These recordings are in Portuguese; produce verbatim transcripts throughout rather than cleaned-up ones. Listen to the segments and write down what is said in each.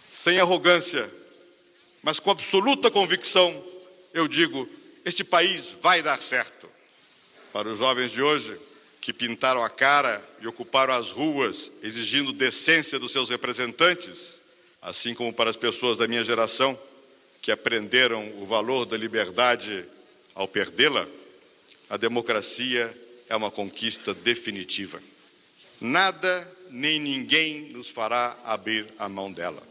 Sem arrogância, mas com absoluta convicção, eu digo, este país vai dar certo. Para os jovens de hoje, que pintaram a cara e ocuparam as ruas exigindo decência dos seus representantes, assim como para as pessoas da minha geração, que aprenderam o valor da liberdade ao perdê-la, a democracia é uma conquista definitiva. Nada nem ninguém nos fará abrir a mão dela.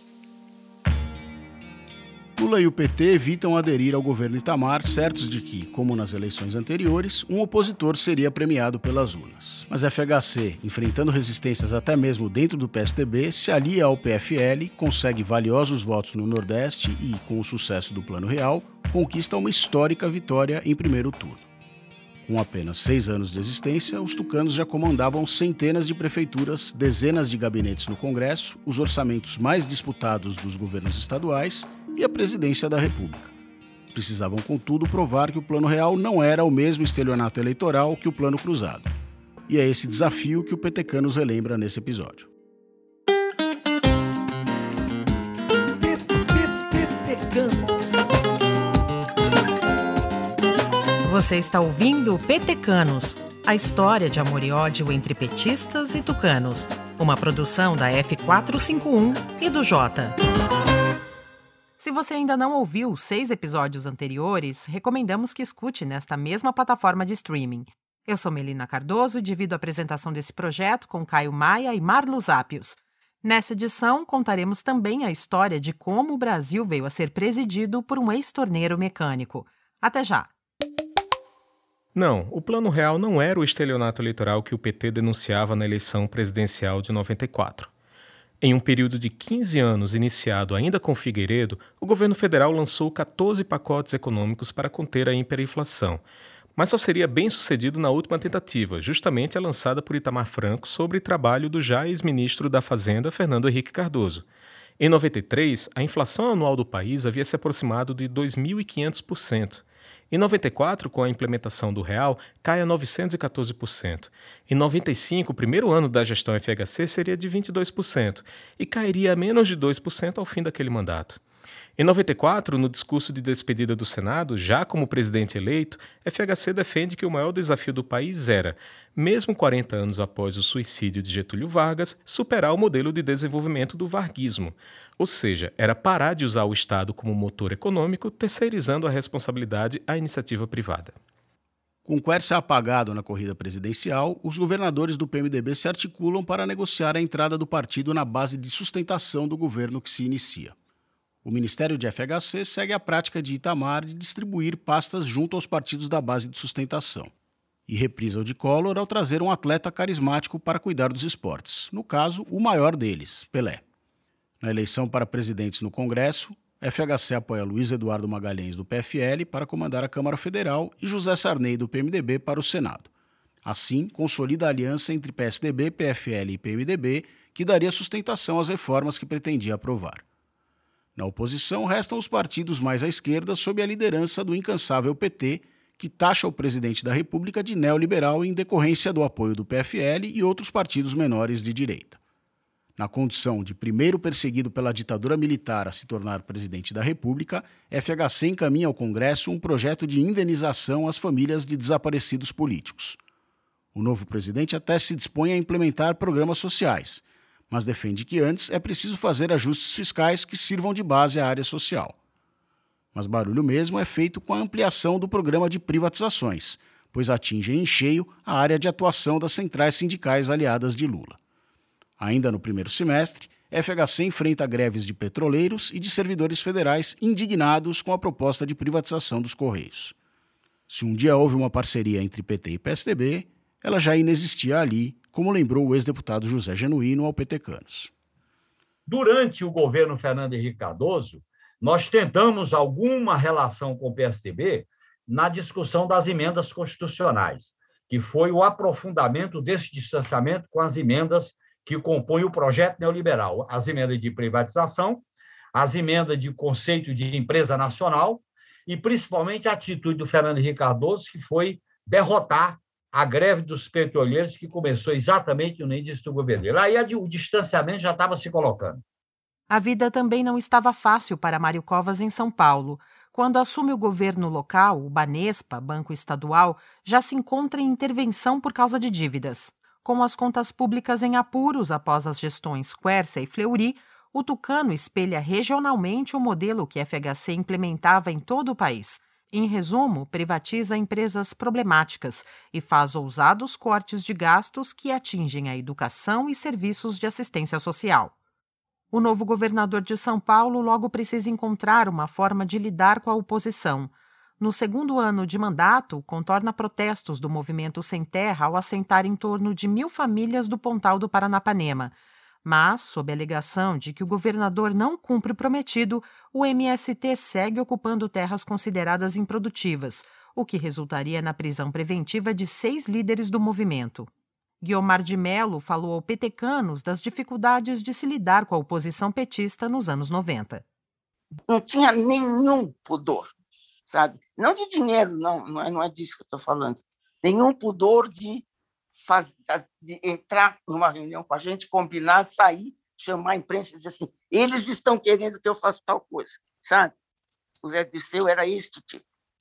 Lula e o P T evitam aderir ao governo Itamar, certos de que, como nas eleições anteriores, um opositor seria premiado pelas urnas. Mas a F H C, enfrentando resistências até mesmo dentro do P S D B, se alia ao P F L, consegue valiosos votos no Nordeste e, com o sucesso do Plano Real, conquista uma histórica vitória em primeiro turno. Com apenas seis anos de existência, os tucanos já comandavam centenas de prefeituras, dezenas de gabinetes no Congresso, os orçamentos mais disputados dos governos estaduais e a presidência da República. Precisavam, contudo, provar que o Plano Real não era o mesmo estelionato eleitoral que o Plano Cruzado. E é esse desafio que o Petecã nos relembra nesse episódio. Você está ouvindo Petecanos, a história de amor e ódio entre petistas e tucanos. Uma produção da F quatrocentos e cinquenta e um e do Jota. Se você ainda não ouviu os seis episódios anteriores, recomendamos que escute nesta mesma plataforma de streaming. Eu sou Melina Cardoso e divido a apresentação desse projeto com Caio Maia e Marlos Ápios. Nessa edição, contaremos também a história de como o Brasil veio a ser presidido por um ex-torneiro mecânico. Até já! Não, o Plano Real não era o estelionato eleitoral que o P T denunciava na eleição presidencial de noventa e quatro. Em um período de quinze anos iniciado ainda com Figueiredo, o governo federal lançou catorze pacotes econômicos para conter a hiperinflação, mas só seria bem sucedido na última tentativa, justamente a lançada por Itamar Franco sobre trabalho do já ex-ministro da Fazenda, Fernando Henrique Cardoso. Em noventa e três, a inflação anual do país havia se aproximado de dois mil e quinhentos por cento. Em noventa e quatro, com a implementação do real, cai a novecentos e catorze por cento. Em noventa e cinco, o primeiro ano da gestão F H C seria de vinte e dois por cento e cairia a menos de dois por cento ao fim daquele mandato. Em noventa e quatro, no discurso de despedida do Senado, já como presidente eleito, F H C defende que o maior desafio do país era, mesmo quarenta anos após o suicídio de Getúlio Vargas, superar o modelo de desenvolvimento do varguismo. Ou seja, era parar de usar o Estado como motor econômico, terceirizando a responsabilidade à iniciativa privada. Com Quércia apagado na corrida presidencial, os governadores do P M D B se articulam para negociar a entrada do partido na base de sustentação do governo que se inicia. O Ministério de F H C segue a prática de Itamar de distribuir pastas junto aos partidos da base de sustentação. E reprisa o de Collor ao trazer um atleta carismático para cuidar dos esportes, no caso, o maior deles, Pelé. Na eleição para presidentes no Congresso, F H C apoia Luiz Eduardo Magalhães do P F L para comandar a Câmara Federal e José Sarney do P M D B para o Senado. Assim, consolida a aliança entre P S D B, P F L e P M D B, que daria sustentação às reformas que pretendia aprovar. Na oposição, restam os partidos mais à esquerda sob a liderança do incansável P T, que taxa o presidente da República de neoliberal em decorrência do apoio do P F L e outros partidos menores de direita. Na condição de primeiro perseguido pela ditadura militar a se tornar presidente da República, F H C encaminha ao Congresso um projeto de indenização às famílias de desaparecidos políticos. O novo presidente até se dispõe a implementar programas sociais, mas defende que antes é preciso fazer ajustes fiscais que sirvam de base à área social. Mas barulho mesmo é feito com a ampliação do programa de privatizações, pois atinge em cheio a área de atuação das centrais sindicais aliadas de Lula. Ainda no primeiro semestre, F H C enfrenta greves de petroleiros e de servidores federais indignados com a proposta de privatização dos Correios. Se um dia houve uma parceria entre P T e P S D B, ela já inexistia ali, como lembrou o ex-deputado José Genuíno ao Petecanos. Durante o governo Fernando Henrique Cardoso, nós tentamos alguma relação com o P S D B na discussão das emendas constitucionais, que foi o aprofundamento desse distanciamento com as emendas que compõem o projeto neoliberal, as emendas de privatização, as emendas de conceito de empresa nacional e, principalmente, a atitude do Fernando Henrique Cardoso, que foi derrotar a greve dos petroleiros, que começou exatamente no início do governo dele. Aí o distanciamento já estava se colocando. A vida também não estava fácil para Mário Covas em São Paulo. Quando assume o governo local, o Banespa, Banco Estadual, já se encontra em intervenção por causa de dívidas. Com as contas públicas em apuros após as gestões Quercia e Fleury, o Tucano espelha regionalmente o modelo que a F H C implementava em todo o país. Em resumo, privatiza empresas problemáticas e faz ousados cortes de gastos que atingem a educação e serviços de assistência social. O novo governador de São Paulo logo precisa encontrar uma forma de lidar com a oposição. No segundo ano de mandato, contorna protestos do Movimento Sem Terra ao assentar em torno de mil famílias do Pontal do Paranapanema. Mas, sob a alegação de que o governador não cumpre o prometido, o M S T segue ocupando terras consideradas improdutivas, o que resultaria na prisão preventiva de seis líderes do movimento. Guiomar de Mello falou ao Petecanos das dificuldades de se lidar com a oposição petista nos anos noventa. Não tinha nenhum pudor, sabe? Não de dinheiro, não, não é, não é disso que eu estou falando. Nenhum pudor de Faz, de entrar numa reunião com a gente, combinar, sair, chamar a imprensa e dizer assim, eles estão querendo que eu faça tal coisa, sabe? O Zé Dirceu era este tipo.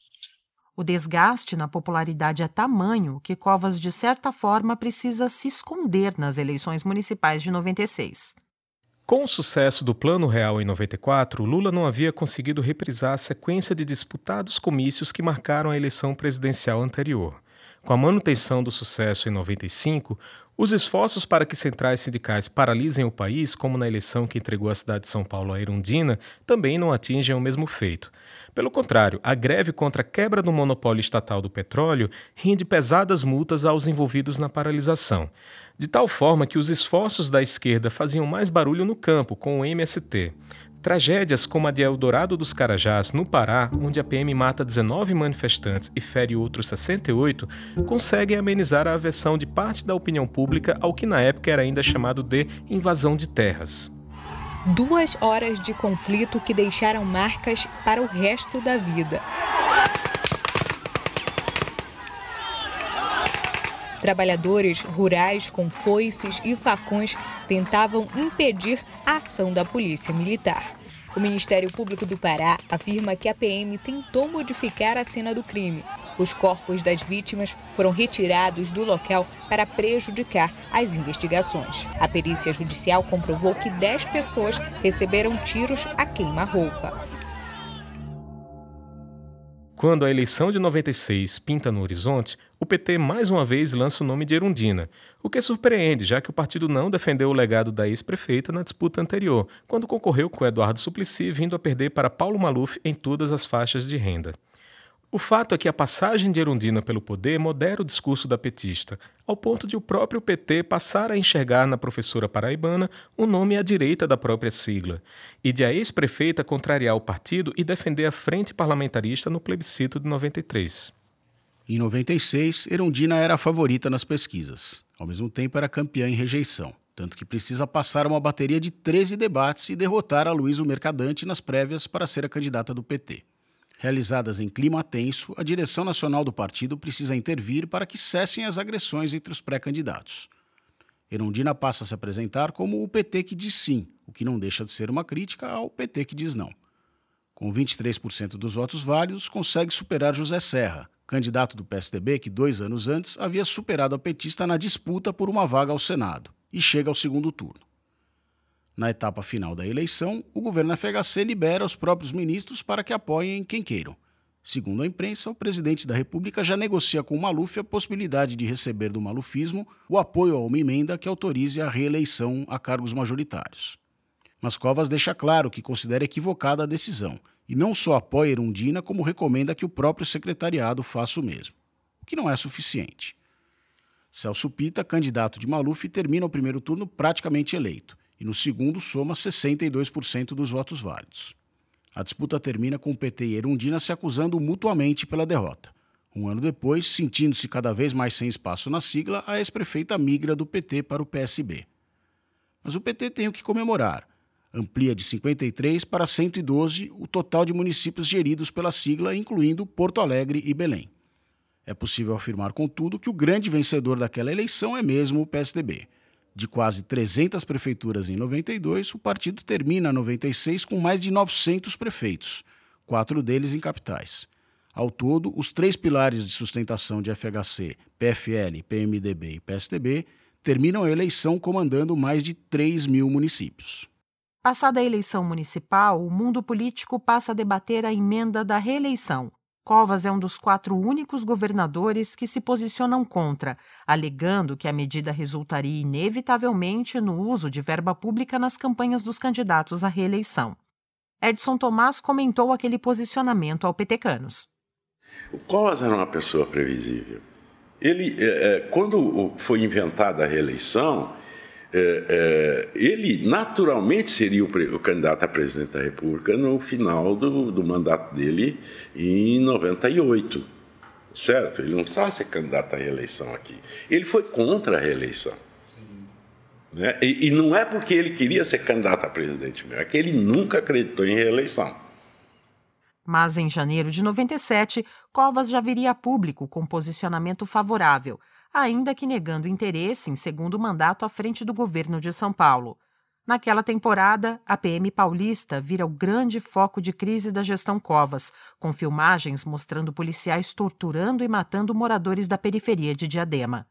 O desgaste na popularidade é tamanho que Covas, de certa forma, precisa se esconder nas eleições municipais de noventa e seis. Com o sucesso do Plano Real em noventa e quatro, Lula não havia conseguido reprisar a sequência de disputados comícios que marcaram a eleição presidencial anterior. Com a manutenção do sucesso em noventa e cinco, os esforços para que centrais sindicais paralisem o país, como na eleição que entregou a cidade de São Paulo à Erundina, também não atingem o mesmo feito. Pelo contrário, a greve contra a quebra do monopólio estatal do petróleo rende pesadas multas aos envolvidos na paralisação, de tal forma que os esforços da esquerda faziam mais barulho no campo, com o M S T. Tragédias como a de Eldorado dos Carajás, no Pará, onde a P M mata dezenove manifestantes e fere outros sessenta e oito, conseguem amenizar a aversão de parte da opinião pública ao que na época era ainda chamado de invasão de terras. Duas horas de conflito que deixaram marcas para o resto da vida. Trabalhadores rurais com foices e facões tentavam impedir a ação da polícia militar. O Ministério Público do Pará afirma que a P M tentou modificar a cena do crime. Os corpos das vítimas foram retirados do local para prejudicar as investigações. A perícia judicial comprovou que dez pessoas receberam tiros a queima-roupa. Quando a eleição de noventa e seis pinta no horizonte, o P T mais uma vez lança o nome de Erundina, o que surpreende, já que o partido não defendeu o legado da ex-prefeita na disputa anterior, quando concorreu com Eduardo Suplicy, vindo a perder para Paulo Maluf em todas as faixas de renda. O fato é que a passagem de Erundina pelo poder modera o discurso da petista, ao ponto de o próprio P T passar a enxergar na professora paraibana um nome à direita da própria sigla, e de a ex-prefeita contrariar o partido e defender a frente parlamentarista no plebiscito de noventa e três. Em noventa e seis, Erundina era a favorita nas pesquisas. Ao mesmo tempo, era campeã em rejeição, tanto que precisa passar uma bateria de treze debates e derrotar a Luísa Mercadante nas prévias para ser a candidata do P T. Realizadas em clima tenso, a direção nacional do partido precisa intervir para que cessem as agressões entre os pré-candidatos. Erundina passa a se apresentar como o P T que diz sim, o que não deixa de ser uma crítica ao P T que diz não. Com vinte e três por cento dos votos válidos, consegue superar José Serra, candidato do P S D B que, dois anos antes, havia superado a petista na disputa por uma vaga ao Senado, e chega ao segundo turno. Na etapa final da eleição, o governo F H C libera os próprios ministros para que apoiem quem queiram. Segundo a imprensa, o presidente da República já negocia com o Maluf a possibilidade de receber do malufismo o apoio a uma emenda que autorize a reeleição a cargos majoritários. Mas Covas deixa claro que considera equivocada a decisão e não só apoia Erundina, como recomenda que o próprio secretariado faça o mesmo, o que não é suficiente. Celso Pitta, candidato de Maluf, termina o primeiro turno praticamente eleito, e no segundo soma sessenta e dois por cento dos votos válidos. A disputa termina com o P T e Erundina se acusando mutuamente pela derrota. Um ano depois, sentindo-se cada vez mais sem espaço na sigla, a ex-prefeita migra do P T para o P S B. Mas o P T tem o que comemorar. Amplia de cinquenta e três para cento e doze o total de municípios geridos pela sigla, incluindo Porto Alegre e Belém. É possível afirmar, contudo, que o grande vencedor daquela eleição é mesmo o P S D B. De quase trezentas prefeituras em noventa e dois, o partido termina noventa e seis com mais de novecentos prefeitos, quatro deles em capitais. Ao todo, os três pilares de sustentação de F H C, P F L, P M D B e P S D B, terminam a eleição comandando mais de três mil municípios. Passada a eleição municipal, o mundo político passa a debater a emenda da reeleição. Covas é um dos quatro únicos governadores que se posicionam contra, alegando que a medida resultaria inevitavelmente no uso de verba pública nas campanhas dos candidatos à reeleição. Edson Tomás comentou aquele posicionamento ao Petecanos. O Covas era uma pessoa previsível. Ele, é, quando foi inventada a reeleição, é, é, ele naturalmente seria o, o candidato a presidente da República no final do, do mandato dele em noventa e oito, certo? Ele não precisava ser candidato à reeleição aqui. Ele foi contra a reeleição. Né? E, e não é porque ele queria ser candidato a presidente, é que ele nunca acreditou em reeleição. Mas, em janeiro de noventa e sete, Covas já viria a público com posicionamento favorável, ainda que negando interesse em segundo mandato à frente do governo de São Paulo. Naquela temporada, a P M paulista vira o grande foco de crise da gestão Covas, com filmagens mostrando policiais torturando e matando moradores da periferia de Diadema.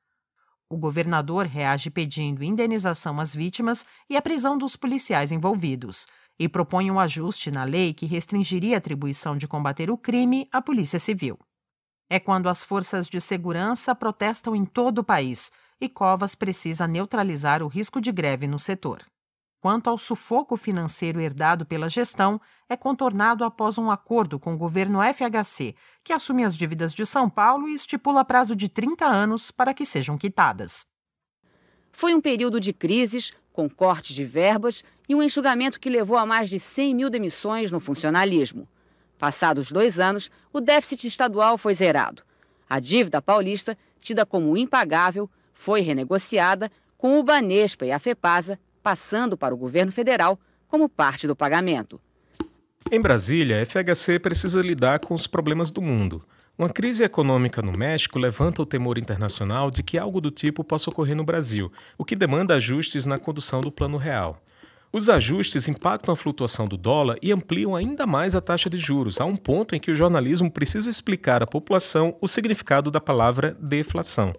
O governador reage pedindo indenização às vítimas e a prisão dos policiais envolvidos, e propõe um ajuste na lei que restringiria a atribuição de combater o crime à Polícia Civil. É quando as forças de segurança protestam em todo o país e Covas precisa neutralizar o risco de greve no setor. Quanto ao sufoco financeiro herdado pela gestão, é contornado após um acordo com o governo F H C, que assume as dívidas de São Paulo e estipula prazo de trinta anos para que sejam quitadas. Foi um período de crises, com cortes de verbas e um enxugamento que levou a mais de cem mil demissões no funcionalismo. Passados dois anos, o déficit estadual foi zerado. A dívida paulista, tida como impagável, foi renegociada, com o Banespa e a FEPASA passando para o governo federal como parte do pagamento. Em Brasília, a F H C precisa lidar com os problemas do mundo. Uma crise econômica no México levanta o temor internacional de que algo do tipo possa ocorrer no Brasil, o que demanda ajustes na condução do Plano Real. Os ajustes impactam a flutuação do dólar e ampliam ainda mais a taxa de juros, a um ponto em que o jornalismo precisa explicar à população o significado da palavra deflação.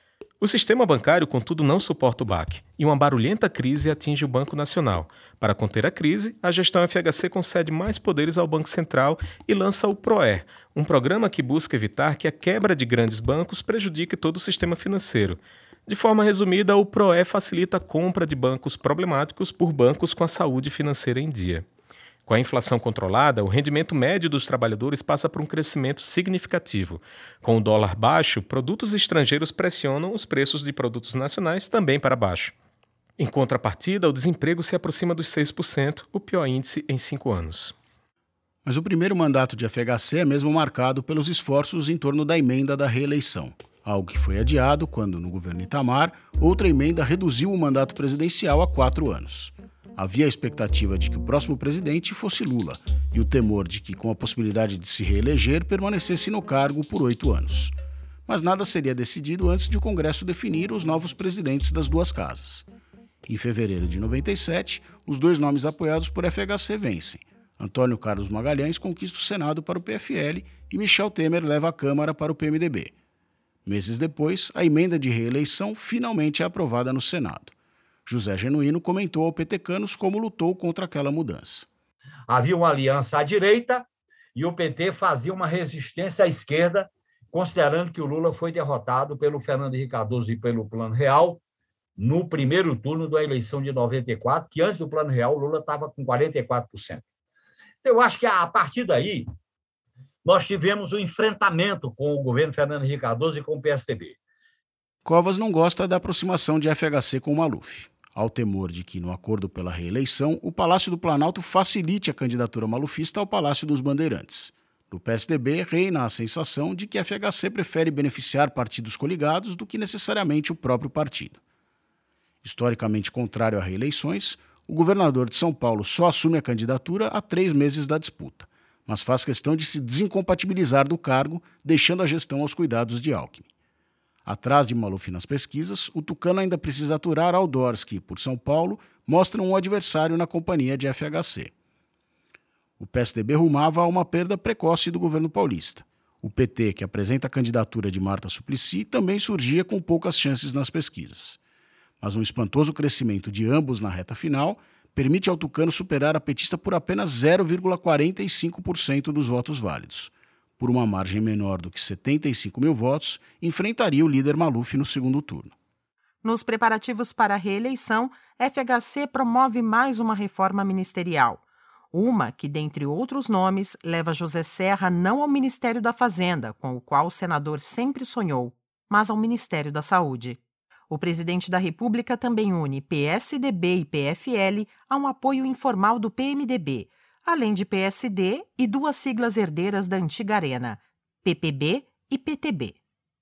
O sistema bancário, contudo, não suporta o baque, e uma barulhenta crise atinge o Banco Nacional. Para conter a crise, a gestão F H C concede mais poderes ao Banco Central e lança o PROER, um programa que busca evitar que a quebra de grandes bancos prejudique todo o sistema financeiro. De forma resumida, o PROER facilita a compra de bancos problemáticos por bancos com a saúde financeira em dia. Com a inflação controlada, o rendimento médio dos trabalhadores passa por um crescimento significativo. Com o dólar baixo, produtos estrangeiros pressionam os preços de produtos nacionais também para baixo. Em contrapartida, o desemprego se aproxima dos seis por cento, o pior índice em cinco anos. Mas o primeiro mandato de F H C é mesmo marcado pelos esforços em torno da emenda da reeleição, algo que foi adiado quando, no governo Itamar, outra emenda reduziu o mandato presidencial a quatro anos. Havia a expectativa de que o próximo presidente fosse Lula e o temor de que, com a possibilidade de se reeleger, permanecesse no cargo por oito anos. Mas nada seria decidido antes de o Congresso definir os novos presidentes das duas casas. Em fevereiro de noventa e sete, os dois nomes apoiados por F H C vencem. Antônio Carlos Magalhães conquista o Senado para o P F L e Michel Temer leva a Câmara para o P M D B. Meses depois, a emenda de reeleição finalmente é aprovada no Senado. José Genuíno comentou ao Petecanos como lutou contra aquela mudança. Havia uma aliança à direita e o P T fazia uma resistência à esquerda, considerando que o Lula foi derrotado pelo Fernando Henrique Cardoso e pelo Plano Real no primeiro turno da eleição de noventa e quatro, que antes do Plano Real o Lula estava com quarenta e quatro por cento. Então, eu acho que a partir daí nós tivemos um enfrentamento com o governo Fernando Henrique Cardoso e com o P S D B. Covas não gosta da aproximação de F H C com o Maluf, ao temor de que, no acordo pela reeleição, o Palácio do Planalto facilite a candidatura malufista ao Palácio dos Bandeirantes. No P S D B, reina a sensação de que a F H C prefere beneficiar partidos coligados do que necessariamente o próprio partido. Historicamente contrário a reeleições, o governador de São Paulo só assume a candidatura há três meses da disputa, mas faz questão de se desincompatibilizar do cargo, deixando a gestão aos cuidados de Alckmin. Atrás de Maluf nas pesquisas, o tucano ainda precisa aturar outdoors que, por São Paulo, mostram um adversário na companhia de F H C. O P S D B rumava a uma perda precoce do governo paulista. O P T, que apresenta a candidatura de Marta Suplicy, também surgia com poucas chances nas pesquisas. Mas um espantoso crescimento de ambos na reta final permite ao tucano superar a petista por apenas zero vírgula quarenta e cinco por cento dos votos válidos. Por uma margem menor do que setenta e cinco mil votos, enfrentaria o líder Maluf no segundo turno. Nos preparativos para a reeleição, F H C promove mais uma reforma ministerial. Uma que, dentre outros nomes, leva José Serra não ao Ministério da Fazenda, com o qual o senador sempre sonhou, mas ao Ministério da Saúde. O presidente da República também une P S D B e P F L a um apoio informal do P M D B, além de P S D e duas siglas herdeiras da antiga Arena, P P B e P T B.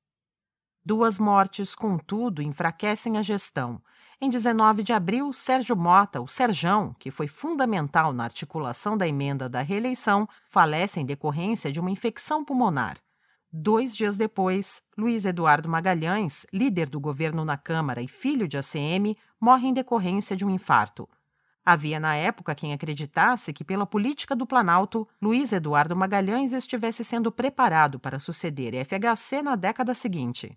Duas mortes, contudo, enfraquecem a gestão. Em dezenove de abril, Sérgio Mota, o Serjão, que foi fundamental na articulação da emenda da reeleição, falece em decorrência de uma infecção pulmonar. Dois dias depois, Luiz Eduardo Magalhães, líder do governo na Câmara e filho de A C M, morre em decorrência de um infarto. Havia na época quem acreditasse que, pela política do Planalto, Luiz Eduardo Magalhães estivesse sendo preparado para suceder F H C na década seguinte.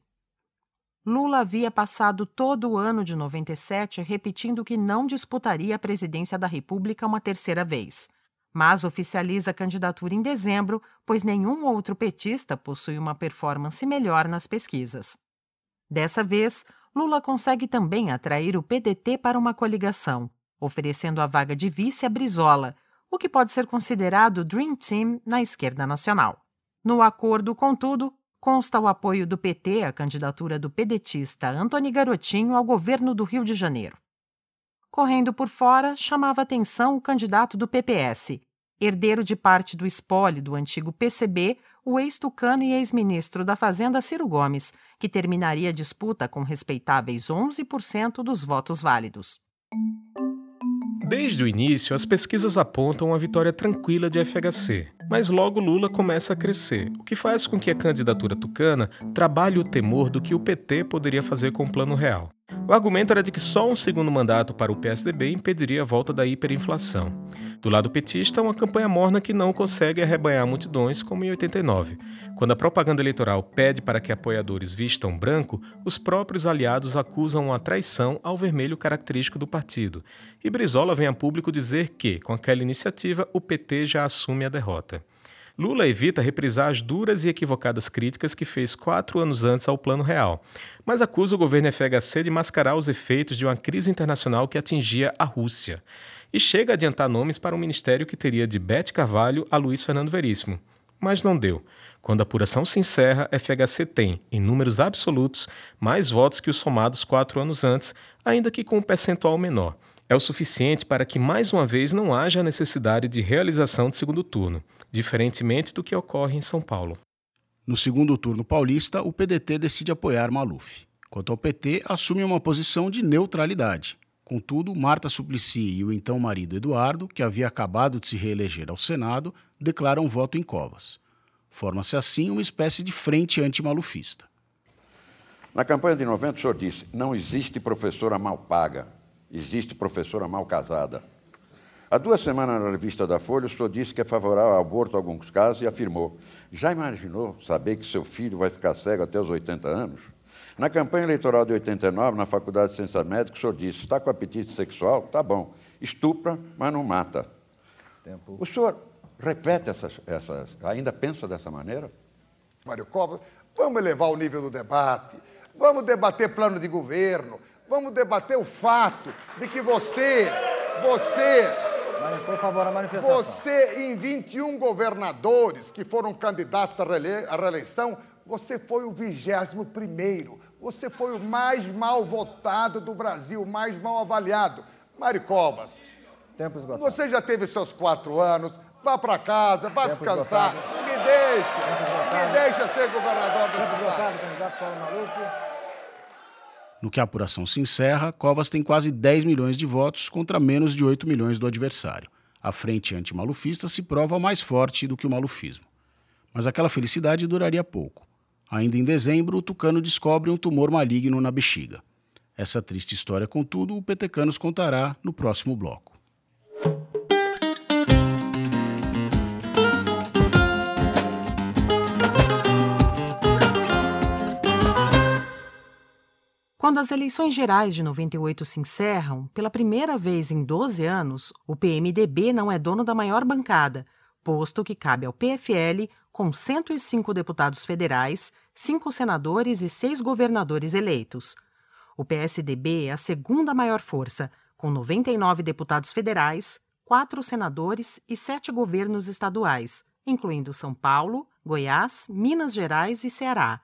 Lula havia passado todo o ano de noventa e sete repetindo que não disputaria a presidência da República uma terceira vez. Mas oficializa a candidatura em dezembro, pois nenhum outro petista possui uma performance melhor nas pesquisas. Dessa vez, Lula consegue também atrair o P D T para uma coligação, oferecendo a vaga de vice a Brizola, o que pode ser considerado Dream Team na esquerda nacional. No acordo, contudo, consta o apoio do P T à candidatura do pedetista Antony Garotinho ao governo do Rio de Janeiro. Correndo por fora, chamava atenção o candidato do P P S, herdeiro de parte do espólio do antigo P C B, o ex-tucano e ex-ministro da Fazenda Ciro Gomes, que terminaria a disputa com respeitáveis onze por cento dos votos válidos. Desde o início, as pesquisas apontam uma vitória tranquila de F H C, mas logo Lula começa a crescer, o que faz com que a candidatura tucana trabalhe o temor do que o P T poderia fazer com o Plano Real. O argumento era de que só um segundo mandato para o P S D B impediria a volta da hiperinflação. Do lado petista, uma campanha morna que não consegue arrebanhar multidões, como em oitenta e nove. Quando a propaganda eleitoral pede para que apoiadores vistam branco, os próprios aliados acusam uma traição ao vermelho característico do partido. E Brizola vem a público dizer que, com aquela iniciativa, o P T já assume a derrota. Lula evita reprisar as duras e equivocadas críticas que fez quatro anos antes ao Plano Real, mas acusa o governo F H C de mascarar os efeitos de uma crise internacional que atingia a Rússia. E chega a adiantar nomes para um ministério que teria de Bete Carvalho a Luiz Fernando Veríssimo. Mas não deu. Quando a apuração se encerra, F H C tem, em números absolutos, mais votos que os somados quatro anos antes, ainda que com um percentual menor. É o suficiente para que, mais uma vez, não haja a necessidade de realização de segundo turno, diferentemente do que ocorre em São Paulo. No segundo turno paulista, o P D T decide apoiar Maluf. Quanto ao P T, assume uma posição de neutralidade. Contudo, Marta Suplicy e o então marido Eduardo, que havia acabado de se reeleger ao Senado, declaram voto em Covas. Forma-se assim uma espécie de frente antimalufista. Na campanha de noventa, o senhor disse, não existe professora mal paga, existe professora mal casada. Há duas semanas, na revista da Folha, o senhor disse que é favorável ao aborto em alguns casos e afirmou, já imaginou saber que seu filho vai ficar cego até os oitenta anos? Na campanha eleitoral de oitenta e nove, na Faculdade de Ciências Médicas, o senhor disse, está com apetite sexual? Tá bom, estupra, mas não mata. Tempo. O senhor repete essas, essas, ainda pensa dessa maneira? Mário Covas, vamos elevar o nível do debate, vamos debater plano de governo, vamos debater o fato de que você, você... Mário, por favor, a manifestação. Você, em vinte e um governadores que foram candidatos à reeleição, você foi o vigésimo primeiro. Você foi o mais mal votado do Brasil, o mais mal avaliado. Mário Covas, tempo esgotado. Você já teve seus quatro anos, vá para casa, vá tempo descansar. Esgotado. Me deixe, me deixe ser governador do tempo esgotado, candidato Paulo Maluf. No que a apuração se encerra, Covas tem quase dez milhões de votos contra menos de oito milhões do adversário. A frente antimalufista se prova mais forte do que o malufismo. Mas aquela felicidade duraria pouco. Ainda em dezembro, o tucano descobre um tumor maligno na bexiga. Essa triste história, contudo, o Petecanos contará no próximo bloco. Quando as eleições gerais de noventa e oito se encerram, pela primeira vez em doze anos, o P M D B não é dono da maior bancada, posto que cabe ao P F L, com cento e cinco deputados federais, cinco senadores e seis governadores eleitos. O P S D B é a segunda maior força, com noventa e nove deputados federais, quatro senadores e sete governos estaduais, incluindo São Paulo, Goiás, Minas Gerais e Ceará.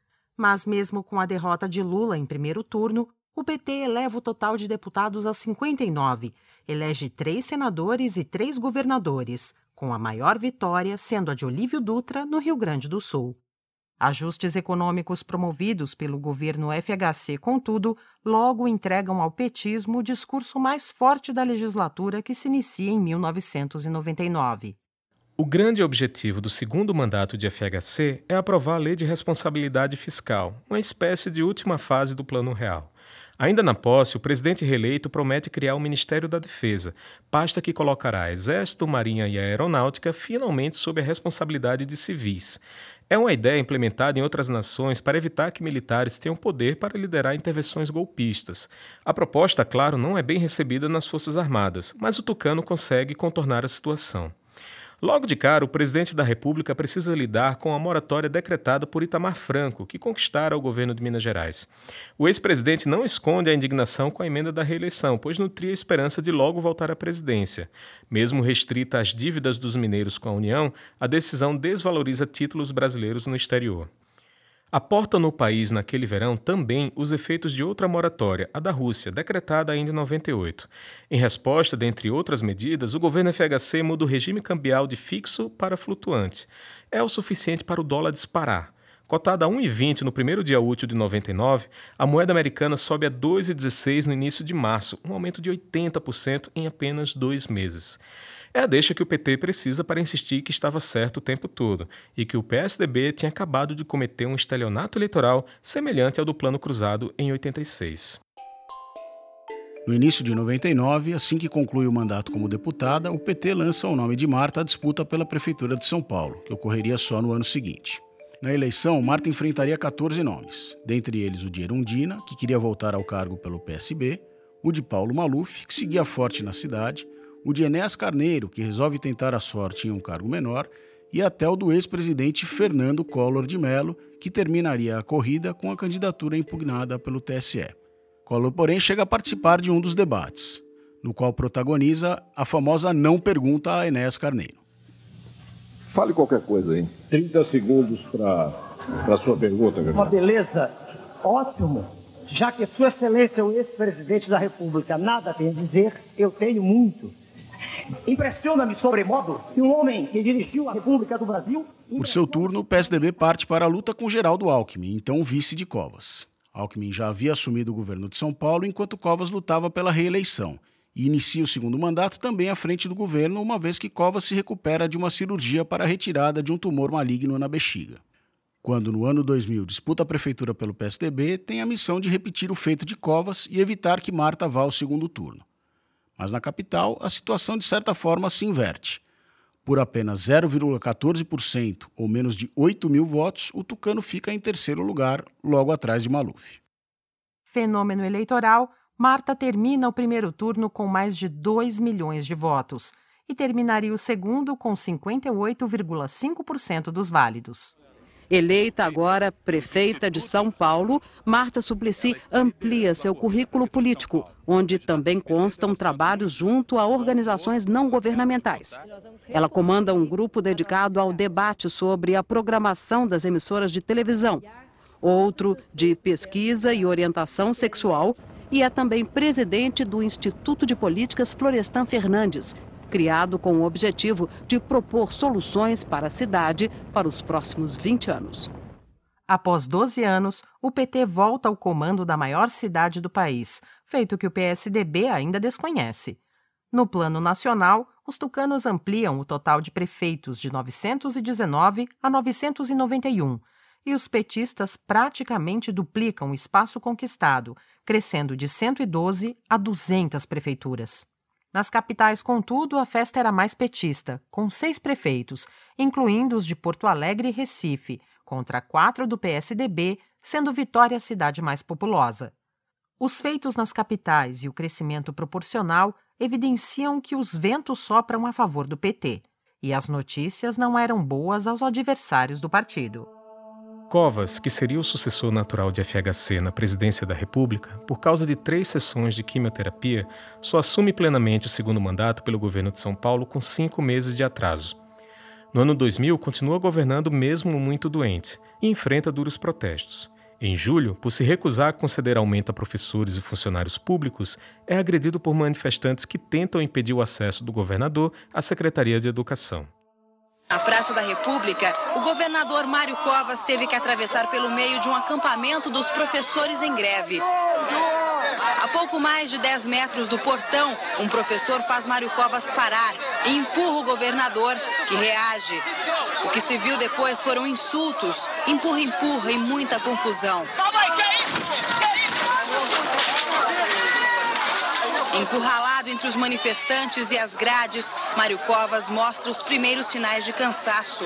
Mas mesmo com a derrota de Lula em primeiro turno, o P T eleva o total de deputados a cinquenta e nove, elege três senadores e três governadores, com a maior vitória sendo a de Olívio Dutra, no Rio Grande do Sul. Ajustes econômicos promovidos pelo governo F H C, contudo, logo entregam ao petismo o discurso mais forte da legislatura que se inicia em mil novecentos e noventa e nove. O grande objetivo do segundo mandato de F H C é aprovar a Lei de Responsabilidade Fiscal, uma espécie de última fase do Plano Real. Ainda na posse, o presidente reeleito promete criar o Ministério da Defesa, pasta que colocará Exército, Marinha e Aeronáutica finalmente sob a responsabilidade de civis. É uma ideia implementada em outras nações para evitar que militares tenham poder para liderar intervenções golpistas. A proposta, claro, não é bem recebida nas Forças Armadas, mas o tucano consegue contornar a situação. Logo de cara, o presidente da República precisa lidar com a moratória decretada por Itamar Franco, que conquistara o governo de Minas Gerais. O ex-presidente não esconde a indignação com a emenda da reeleição, pois nutria a esperança de logo voltar à presidência. Mesmo restrita às dívidas dos mineiros com a União, a decisão desvaloriza títulos brasileiros no exterior. Aporta no país naquele verão também os efeitos de outra moratória, a da Rússia, decretada ainda em noventa e oito. Em resposta, dentre outras medidas, o governo F H C muda o regime cambial de fixo para flutuante. É o suficiente para o dólar disparar. Cotada a um vírgula vinte no primeiro dia útil de noventa e nove, a moeda americana sobe a dois vírgula dezesseis no início de março, um aumento de oitenta por cento em apenas dois meses. É a deixa que o P T precisa para insistir que estava certo o tempo todo e que o P S D B tinha acabado de cometer um estelionato eleitoral semelhante ao do Plano Cruzado em oitenta e seis. No início de noventa e nove, assim que conclui o mandato como deputada, o P T lança o nome de Marta à disputa pela Prefeitura de São Paulo, que ocorreria só no ano seguinte. Na eleição, Marta enfrentaria quatorze nomes, dentre eles o de Erundina, que queria voltar ao cargo pelo P S B, o de Paulo Maluf, que seguia forte na cidade, o de Enéas Carneiro, que resolve tentar a sorte em um cargo menor, e até o do ex-presidente Fernando Collor de Mello, que terminaria a corrida com a candidatura impugnada pelo T S E. Collor, porém, chega a participar de um dos debates, no qual protagoniza a famosa não pergunta a Enéas Carneiro. Fale qualquer coisa aí. trinta segundos para a sua pergunta, meu irmão. Uma beleza, ótimo. Já que Sua Excelência é o ex-presidente da República, nada tem a dizer, eu tenho muito. Impressiona-me sobremodo que um homem que dirigiu a República do Brasil... Por seu turno, o P S D B parte para a luta com Geraldo Alckmin, então vice de Covas. Alckmin já havia assumido o governo de São Paulo enquanto Covas lutava pela reeleição e inicia o segundo mandato também à frente do governo, uma vez que Covas se recupera de uma cirurgia para a retirada de um tumor maligno na bexiga. Quando, no ano dois mil, disputa a prefeitura pelo P S D B, tem a missão de repetir o feito de Covas e evitar que Marta vá ao segundo turno. Mas na capital, a situação de certa forma se inverte. Por apenas zero vírgula quatorze por cento ou menos de oito mil votos, o tucano fica em terceiro lugar, logo atrás de Maluf. Fenômeno eleitoral, Marta termina o primeiro turno com mais de dois milhões de votos e terminaria o segundo com cinquenta e oito vírgula cinco por cento dos válidos. Eleita agora prefeita de São Paulo, Marta Suplicy amplia seu currículo político, onde também constam trabalhos junto a organizações não governamentais. Ela comanda um grupo dedicado ao debate sobre a programação das emissoras de televisão, outro de pesquisa e orientação sexual, e é também presidente do Instituto de Políticas Florestan Fernandes, criado com o objetivo de propor soluções para a cidade para os próximos vinte anos. Após doze anos, o P T volta ao comando da maior cidade do país, feito que o P S D B ainda desconhece. No plano nacional, os tucanos ampliam o total de prefeitos de novecentos e dezenove a novecentos e noventa e um e os petistas praticamente duplicam o espaço conquistado, crescendo de cento e doze a duzentas prefeituras. Nas capitais, contudo, a festa era mais petista, com seis prefeitos, incluindo os de Porto Alegre e Recife, contra quatro do P S D B, sendo Vitória a cidade mais populosa. Os feitos nas capitais e o crescimento proporcional evidenciam que os ventos sopram a favor do P T, e as notícias não eram boas aos adversários do partido. Covas, que seria o sucessor natural de F H C na presidência da República, por causa de três sessões de quimioterapia, só assume plenamente o segundo mandato pelo governo de São Paulo com cinco meses de atraso. No ano dois mil, continua governando mesmo muito doente e enfrenta duros protestos. Em julho, por se recusar a conceder aumento a professores e funcionários públicos, é agredido por manifestantes que tentam impedir o acesso do governador à Secretaria de Educação. Na Praça da República, o governador Mário Covas teve que atravessar pelo meio de um acampamento dos professores em greve. A pouco mais de dez metros do portão, um professor faz Mário Covas parar e empurra o governador, que reage. O que se viu depois foram insultos, empurra-empurra e muita confusão. Encurralado entre os manifestantes e as grades, Mário Covas mostra os primeiros sinais de cansaço.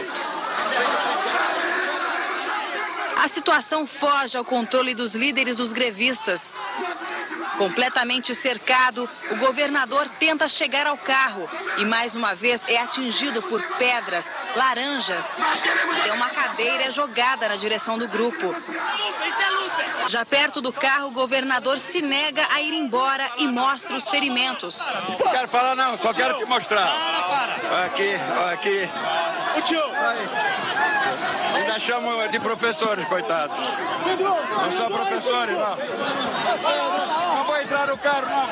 A situação foge ao controle dos líderes dos grevistas. Completamente cercado, o governador tenta chegar ao carro e, mais uma vez, é atingido por pedras, laranjas. Tem uma cadeira jogada na direção do grupo. Já perto do carro, o governador se nega a ir embora e mostra os ferimentos. Não quero falar não, só quero te mostrar. Olha aqui, olha aqui. Ainda chamam de professores, coitados. Não são professores, não. Não vou entrar no carro, não.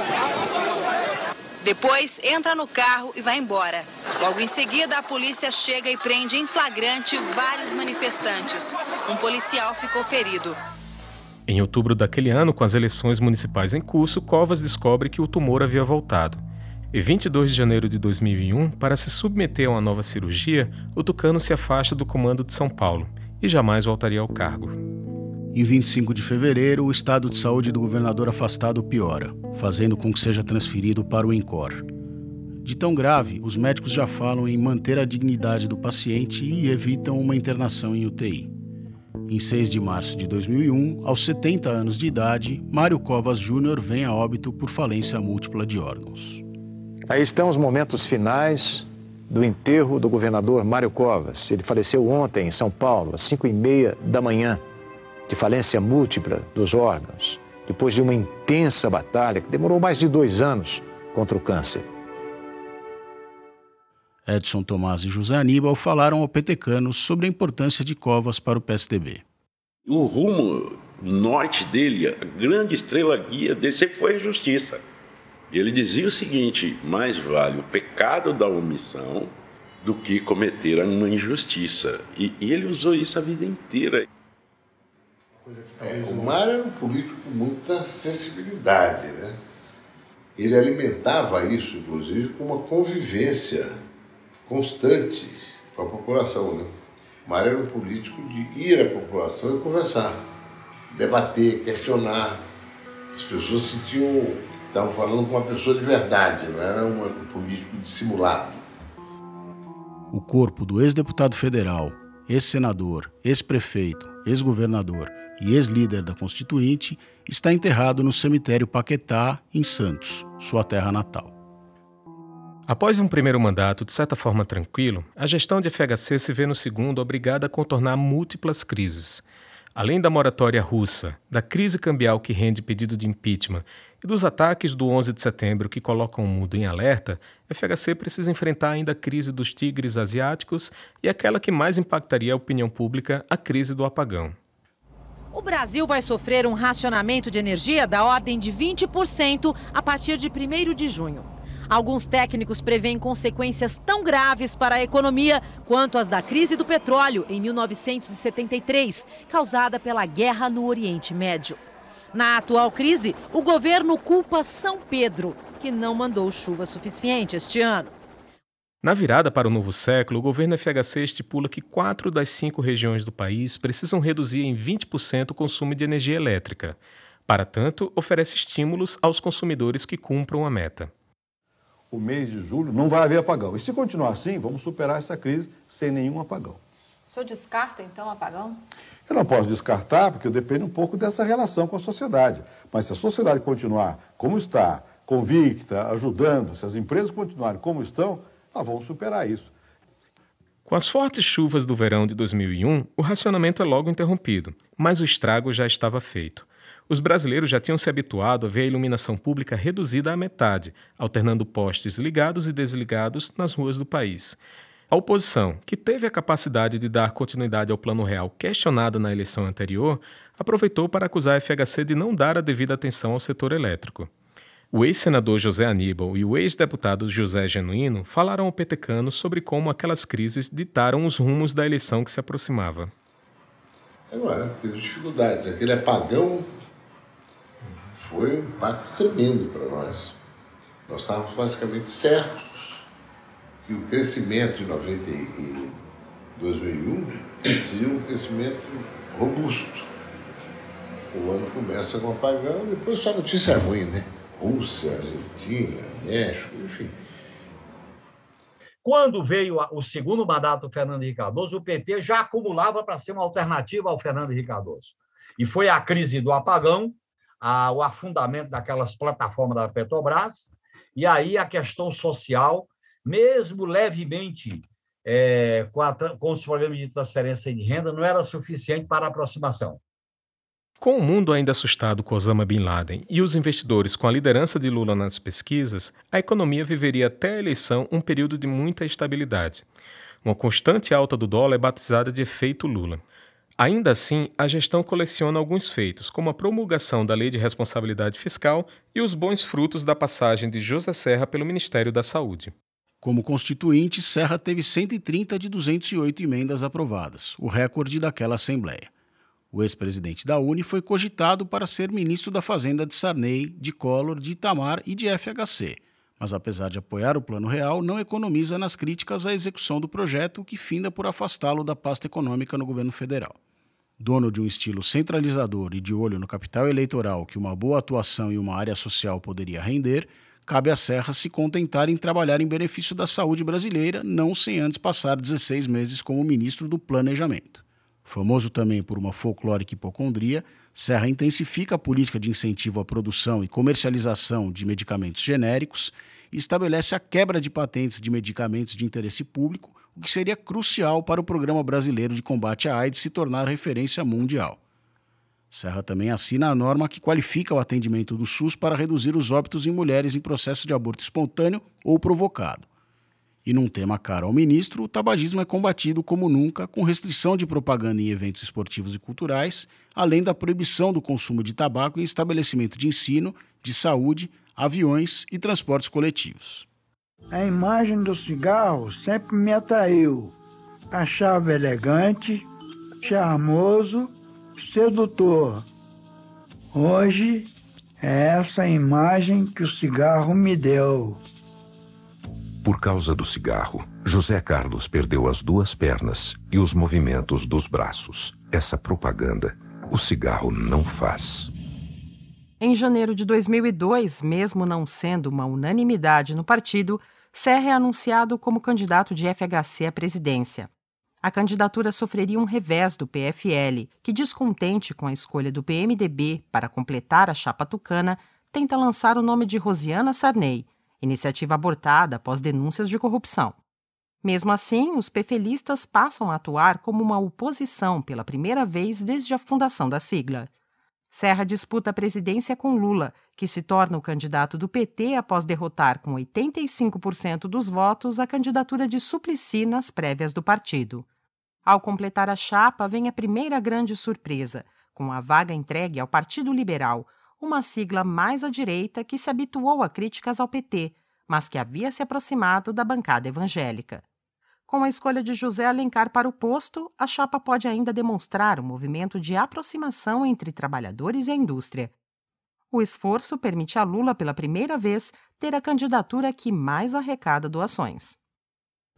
Depois, entra no carro e vai embora. Logo em seguida, a polícia chega e prende em flagrante vários manifestantes. Um policial ficou ferido. Em outubro daquele ano, com as eleições municipais em curso, Covas descobre que o tumor havia voltado. Em vinte e dois de janeiro de dois mil e um, para se submeter a uma nova cirurgia, o tucano se afasta do comando de São Paulo e jamais voltaria ao cargo. Em vinte e cinco de fevereiro, o estado de saúde do governador afastado piora, fazendo com que seja transferido para o INCOR. De tão grave, os médicos já falam em manter a dignidade do paciente e evitam uma internação em U T I. Em seis de março de dois mil e um, aos setenta anos de idade, Mário Covas Júnior vem a óbito por falência múltipla de órgãos. Aí estão os momentos finais do enterro do governador Mário Covas. Ele faleceu ontem em São Paulo, às cinco e meia da manhã, de falência múltipla dos órgãos, depois de uma intensa batalha que demorou mais de dois anos contra o câncer. Edson Tomás e José Aníbal falaram ao petecanos sobre a importância de Covas para o P S D B. O rumo norte dele, a grande estrela guia dele sempre foi a justiça. Ele dizia o seguinte: mais vale o pecado da omissão do que cometer uma injustiça. E, e ele usou isso a vida inteira. É, o Mário era um político com muita sensibilidade, né? Ele alimentava isso, inclusive, com uma convivência constante com a população, né? O Mário era um político de ir à população e conversar, debater, questionar. As pessoas sentiam que estavam falando com uma pessoa de verdade, não era um político dissimulado. O corpo do ex-deputado federal, ex-senador, ex-prefeito, ex-governador e ex-líder da Constituinte está enterrado no cemitério Paquetá, em Santos, sua terra natal. Após um primeiro mandato de certa forma tranquilo, a gestão de F H C se vê no segundo obrigada a contornar múltiplas crises. Além da moratória russa, da crise cambial que rende pedido de impeachment e dos ataques do onze de setembro que colocam o mundo em alerta, a F H C precisa enfrentar ainda a crise dos tigres asiáticos e aquela que mais impactaria a opinião pública, a crise do apagão. O Brasil vai sofrer um racionamento de energia da ordem de vinte por cento a partir de primeiro de junho. Alguns técnicos preveem consequências tão graves para a economia quanto as da crise do petróleo em mil novecentos e setenta e três, causada pela guerra no Oriente Médio. Na atual crise, o governo culpa São Pedro, que não mandou chuva suficiente este ano. Na virada para o novo século, o governo F H C estipula que quatro das cinco regiões do país precisam reduzir em vinte por cento o consumo de energia elétrica. Para tanto, oferece estímulos aos consumidores que cumpram a meta. O mês de julho não vai haver apagão. E se continuar assim, vamos superar essa crise sem nenhum apagão. O senhor descarta, então, apagão? Eu não posso descartar, porque depende um pouco dessa relação com a sociedade. Mas se a sociedade continuar como está, convicta, ajudando, se as empresas continuarem como estão, nós vamos superar isso. Com as fortes chuvas do verão de dois mil e um, o racionamento é logo interrompido, mas o estrago já estava feito. Os brasileiros já tinham se habituado a ver a iluminação pública reduzida à metade, alternando postes ligados e desligados nas ruas do país. A oposição, que teve a capacidade de dar continuidade ao Plano Real questionada na eleição anterior, aproveitou para acusar a F H C de não dar a devida atenção ao setor elétrico. O ex-senador José Aníbal e o ex-deputado José Genuíno falaram ao Petecano sobre como aquelas crises ditaram os rumos da eleição que se aproximava. Agora, teve dificuldades. Aquele apagão foi um impacto tremendo para nós. Nós estávamos praticamente certos que o crescimento de noventa e dois mil e um seria um crescimento robusto. O ano começa com apagão, depois só notícia ruim, né? Rússia, Argentina, México, enfim. Quando veio o segundo mandato do Fernando Henrique Cardoso, o P T já acumulava para ser uma alternativa ao Fernando Henrique Cardoso. E foi a crise do apagão, a, o afundamento daquelas plataformas da Petrobras, e aí a questão social, mesmo levemente é, com, a, com os problemas de transferência de renda, não era suficiente para a aproximação. Com o mundo ainda assustado com Osama Bin Laden e os investidores com a liderança de Lula nas pesquisas, a economia viveria até a eleição um período de muita estabilidade. Uma constante alta do dólar é batizada de efeito Lula. Ainda assim, a gestão coleciona alguns feitos, como a promulgação da Lei de Responsabilidade Fiscal e os bons frutos da passagem de José Serra pelo Ministério da Saúde. Como constituinte, Serra teve cento e trinta de duzentas e oito emendas aprovadas, o recorde daquela Assembleia. O ex-presidente da Uni foi cogitado para ser ministro da Fazenda de Sarney, de Collor, de Itamar e de F H C, mas apesar de apoiar o Plano Real, não economiza nas críticas à execução do projeto, que finda por afastá-lo da pasta econômica no governo federal. Dono de um estilo centralizador e de olho no capital eleitoral que uma boa atuação e uma área social poderia render, cabe a Serra se contentar em trabalhar em benefício da saúde brasileira, não sem antes passar dezesseis meses como ministro do Planejamento. Famoso também por uma folclórica hipocondria, Serra intensifica a política de incentivo à produção e comercialização de medicamentos genéricos e estabelece a quebra de patentes de medicamentos de interesse público, o que seria crucial para o Programa Brasileiro de Combate à AIDS se tornar referência mundial. Serra também assina a norma que qualifica o atendimento do SUS para reduzir os óbitos em mulheres em processo de aborto espontâneo ou provocado. E num tema caro ao ministro, o tabagismo é combatido como nunca, com restrição de propaganda em eventos esportivos e culturais, além da proibição do consumo de tabaco em estabelecimento de ensino, de saúde, aviões e transportes coletivos. A imagem do cigarro sempre me atraiu. Achava elegante, charmoso, sedutor. Hoje é essa imagem que o cigarro me deu. Por causa do cigarro, José Carlos perdeu as duas pernas e os movimentos dos braços. Essa propaganda, o cigarro não faz. Em janeiro de dois mil e dois, mesmo não sendo uma unanimidade no partido, Serra é anunciado como candidato de F H C à presidência. A candidatura sofreria um revés do P F L, que, descontente com a escolha do P M D B para completar a chapa tucana, tenta lançar o nome de Rosiana Sarney, iniciativa abortada após denúncias de corrupção. Mesmo assim, os pefelistas passam a atuar como uma oposição pela primeira vez desde a fundação da sigla. Serra disputa a presidência com Lula, que se torna o candidato do P T após derrotar com oitenta e cinco por cento dos votos a candidatura de Suplicy nas prévias do partido. Ao completar a chapa, vem a primeira grande surpresa, com a vaga entregue ao Partido Liberal, uma sigla mais à direita que se habituou a críticas ao P T, mas que havia se aproximado da bancada evangélica. Com a escolha de José Alencar para o posto, a chapa pode ainda demonstrar um movimento de aproximação entre trabalhadores e a indústria. O esforço permite a Lula, pela primeira vez, ter a candidatura que mais arrecada doações.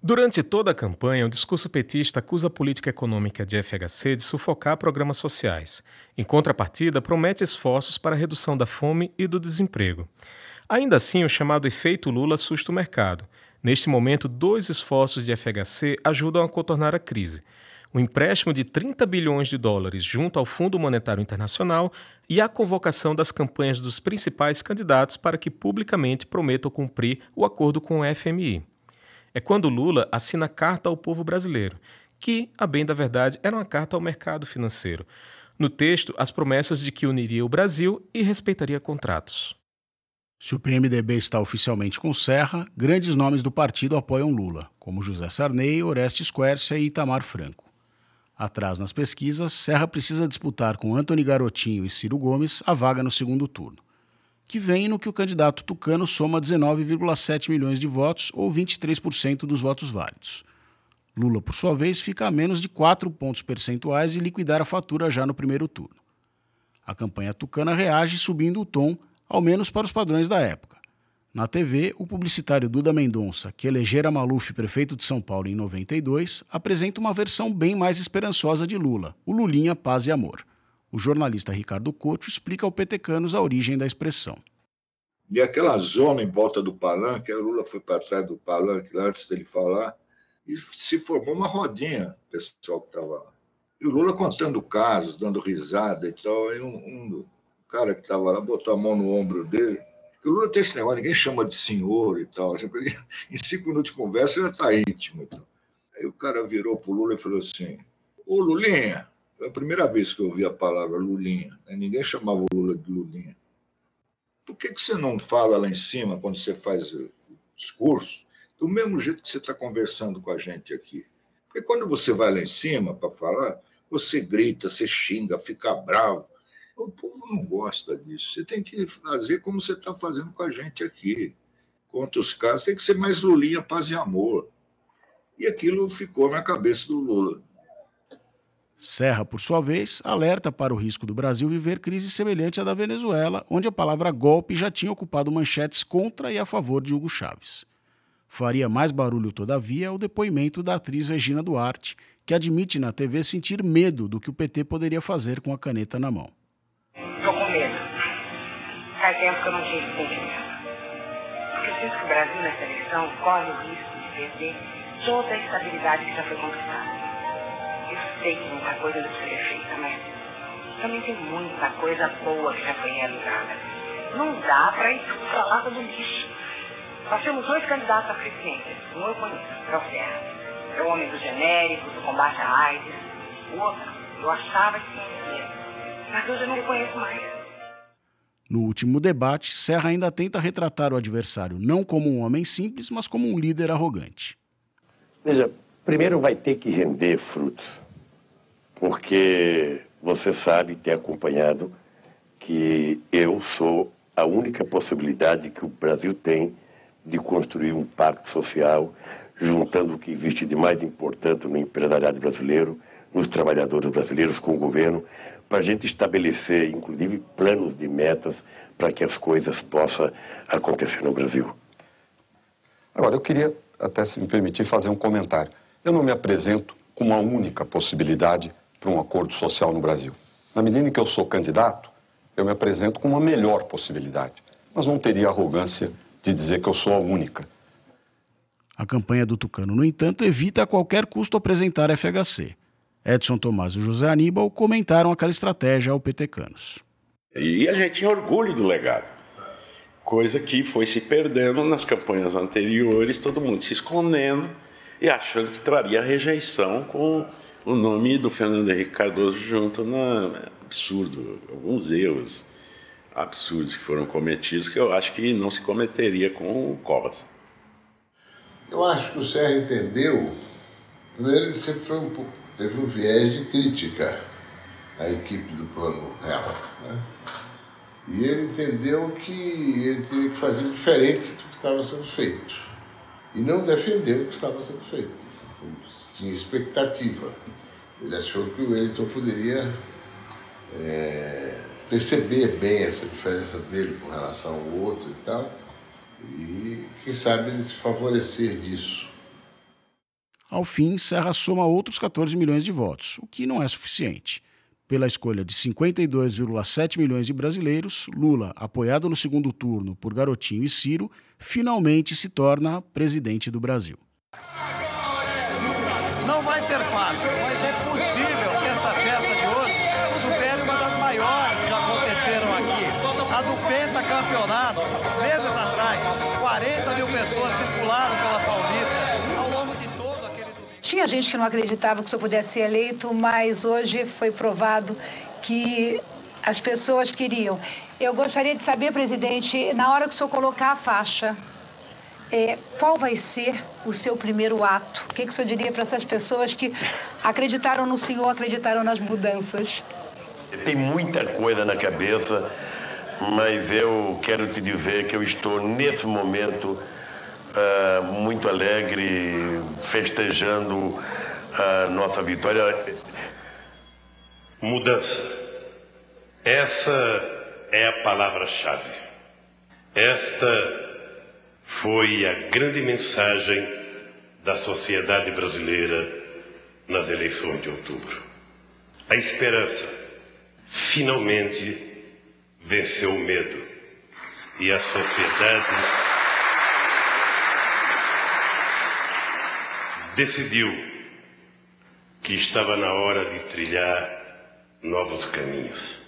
Durante toda a campanha, o discurso petista acusa a política econômica de F H C de sufocar programas sociais. Em contrapartida, promete esforços para a redução da fome e do desemprego. Ainda assim, o chamado efeito Lula assusta o mercado. Neste momento, dois esforços de F H C ajudam a contornar a crise. O empréstimo de trinta bilhões de dólares junto ao Fundo Monetário Internacional e a convocação das campanhas dos principais candidatos para que publicamente prometam cumprir o acordo com o F M I. É quando Lula assina a carta ao povo brasileiro, que, a bem da verdade, era uma carta ao mercado financeiro. No texto, as promessas de que uniria o Brasil e respeitaria contratos. Se o P M D B está oficialmente com Serra, grandes nomes do partido apoiam Lula, como José Sarney, Orestes Quércia e Itamar Franco. Atrás nas pesquisas, Serra precisa disputar com Antony Garotinho e Ciro Gomes a vaga no segundo turno, que vem no que o candidato tucano soma dezenove vírgula sete milhões de votos, ou vinte e três por cento dos votos válidos. Lula, por sua vez, fica a menos de quatro pontos percentuais e liquidar a fatura já no primeiro turno. A campanha tucana reage subindo o tom, ao menos para os padrões da época. Na T V, o publicitário Duda Mendonça, que elegera Maluf prefeito de São Paulo em noventa e dois, apresenta uma versão bem mais esperançosa de Lula, o Lulinha Paz e Amor. O jornalista Ricardo Couto explica ao petecanos a origem da expressão. E aquela zona em volta do palanque, o Lula foi para trás do palanque lá antes dele falar, e se formou uma rodinha, o pessoal que estava lá. E o Lula contando casos, dando risada e tal, aí um, um cara que estava lá botou a mão no ombro dele, porque o Lula tem esse negócio, ninguém chama de senhor e tal, em cinco minutos de conversa já está íntimo. Então. Aí o cara virou para o Lula e falou assim, ô Lulinha, foi a primeira vez que eu ouvi a palavra Lulinha, né? Ninguém chamava o Lula de Lulinha. Por que, que você não fala lá em cima, quando você faz o discurso, do mesmo jeito que você está conversando com a gente aqui? Porque quando você vai lá em cima para falar, você grita, você xinga, fica bravo. O povo não gosta disso. Você tem que fazer como você está fazendo com a gente aqui. Contra os casos, tem que ser mais Lulinha, paz e amor. E aquilo ficou na cabeça do Lula. Serra, por sua vez, alerta para o risco do Brasil viver crise semelhante à da Venezuela, onde a palavra golpe já tinha ocupado manchetes contra e a favor de Hugo Chávez. Faria mais barulho, todavia, o depoimento da atriz Regina Duarte, que admite na T V sentir medo do que o P T poderia fazer com a caneta na mão. Estou com medo. Faz tempo que eu não tinha esse sentimento. Porque eu sinto que o Brasil, nessa eleição, corre o risco de perder toda a estabilidade que já foi conquistada. Eu sei que muita coisa deve ser feita, mas também tem muita coisa boa que já foi realizada. Não dá para ir para lá do lixo. Nós temos dois candidatos à presidência. Um eu conheço, é o Serra. É o homem do genérico, do combate à AIDS. O outro, eu achava que conhecia, mas hoje eu não o conheço mais. No último debate, Serra ainda tenta retratar o adversário não como um homem simples, mas como um líder arrogante. Veja, primeiro vai ter que render frutos, porque você sabe, ter acompanhado, que eu sou a única possibilidade que o Brasil tem de construir um pacto social, juntando o que existe de mais importante no empresariado brasileiro, nos trabalhadores brasileiros, com o governo, para a gente estabelecer, inclusive, planos de metas para que as coisas possam acontecer no Brasil. Agora, eu queria, até se me permitir, fazer um comentário. Eu não me apresento como a única possibilidade para um acordo social no Brasil. Na medida em que eu sou candidato, eu me apresento como a melhor possibilidade, mas não teria arrogância de dizer que eu sou a única. A campanha do tucano, no entanto, evita a qualquer custo apresentar F H C. Edson Tomás e José Aníbal comentaram aquela estratégia ao petecanos. E a gente tinha orgulho do legado, coisa que foi se perdendo nas campanhas anteriores, todo mundo se escondendo e achando que traria rejeição com o nome do Fernando Henrique Cardoso junto. Na absurdo, alguns erros absurdos que foram cometidos que eu acho que não se cometeria com o Covas. Eu acho que o Serra entendeu, primeiro ele sempre foi um pouco, teve um viés de crítica à equipe do Plano Real, né? E ele entendeu que ele teria que fazer diferente do que estava sendo feito. E não defendeu o que estava sendo feito. Tinha expectativa. Ele achou que o Wellington poderia é, perceber bem essa diferença dele com relação ao outro e tal. E, quem sabe, ele se favorecer disso. Ao fim, Serra soma outros catorze milhões de votos, o que não é suficiente. Pela escolha de cinquenta e dois vírgula sete milhões de brasileiros, Lula, apoiado no segundo turno por Garotinho e Ciro, finalmente se torna presidente do Brasil. Não vai ser fácil, mas é possível que essa festa de hoje supere uma das maiores que já aconteceram aqui. A do pentacampeonato, meses atrás, quarenta mil pessoas circularam pela Paulista ao longo de todo aquele domingo. Tinha gente que não acreditava que o senhor pudesse ser eleito, mas hoje foi provado que as pessoas queriam. Eu gostaria de saber, presidente, na hora que o senhor colocar a faixa, é, qual vai ser o seu primeiro ato? O que, que o senhor diria para essas pessoas que acreditaram no senhor, acreditaram nas mudanças? Tem muita coisa na cabeça, mas eu quero te dizer que eu estou, nesse momento, uh, muito alegre, festejando a nossa vitória. Mudança. Essa é a palavra-chave. Esta foi a grande mensagem da sociedade brasileira nas eleições de outubro. A esperança finalmente venceu o medo e a sociedade decidiu que estava na hora de trilhar novos caminhos.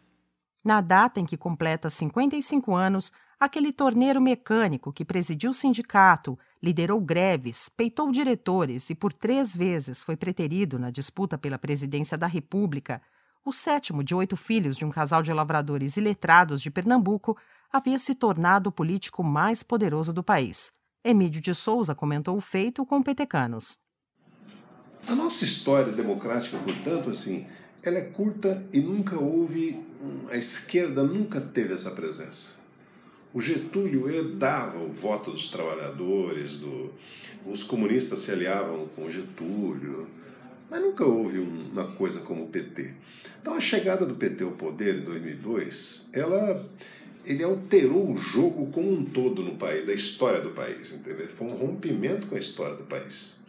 Na data em que completa cinquenta e cinco anos, aquele torneiro mecânico que presidiu o sindicato, liderou greves, peitou diretores e por três vezes foi preterido na disputa pela presidência da República, o sétimo de oito filhos de um casal de lavradores iletrados de Pernambuco, havia se tornado o político mais poderoso do país. Emílio de Souza comentou o feito com petecanos. A nossa história democrática, portanto, assim, ela é curta e nunca houve, a esquerda nunca teve essa presença. O Getúlio herdava o voto dos trabalhadores, do, os comunistas se aliavam com o Getúlio, mas nunca houve uma coisa como o P T. Então a chegada do P T ao poder em dois mil e dois, ela, ele alterou o jogo como um todo no país, da história do país, entendeu? Foi um rompimento com a história do país.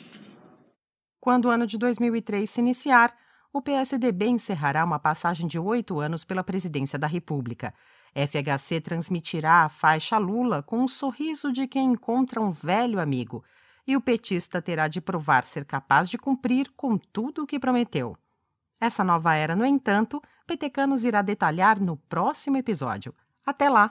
Quando o ano de dois mil e três se iniciar, o P S D B encerrará uma passagem de oito anos pela presidência da República. F H C transmitirá a faixa Lula com um sorriso de quem encontra um velho amigo. E o petista terá de provar ser capaz de cumprir com tudo o que prometeu. Essa nova era, no entanto, Petecanos irá detalhar no próximo episódio. Até lá!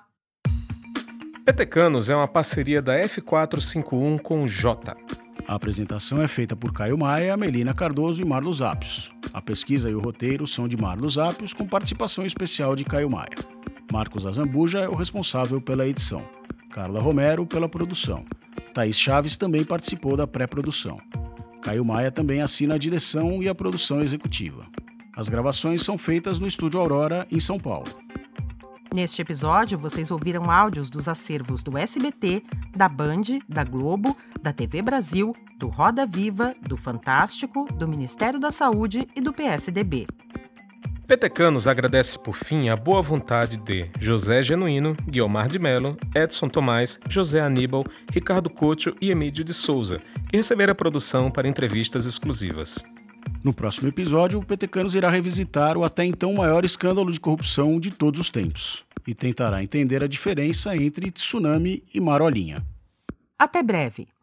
Petecanos é uma parceria da F quatrocentos e cinquenta e um com o Jota. A apresentação é feita por Caio Maia, Melina Cardoso e Marlos Appios. A pesquisa e o roteiro são de Marlos Appios, com participação especial de Caio Maia. Marcos Azambuja é o responsável pela edição. Carla Romero pela produção. Thaís Chaves também participou da pré-produção. Caio Maia também assina a direção e a produção executiva. As gravações são feitas no Estúdio Aurora, em São Paulo. Neste episódio, vocês ouviram áudios dos acervos do S B T, da Band, da Globo, da T V Brasil, do Roda Viva, do Fantástico, do Ministério da Saúde e do P S D B. Petecanos agradece por fim a boa vontade de José Genuíno, Guiomar de Mello, Edson Tomás, José Aníbal, Ricardo Couto e Emílio de Souza, que receberam a produção para entrevistas exclusivas. No próximo episódio, o Petecanos irá revisitar o até então maior escândalo de corrupção de todos os tempos e tentará entender a diferença entre tsunami e marolinha. Até breve!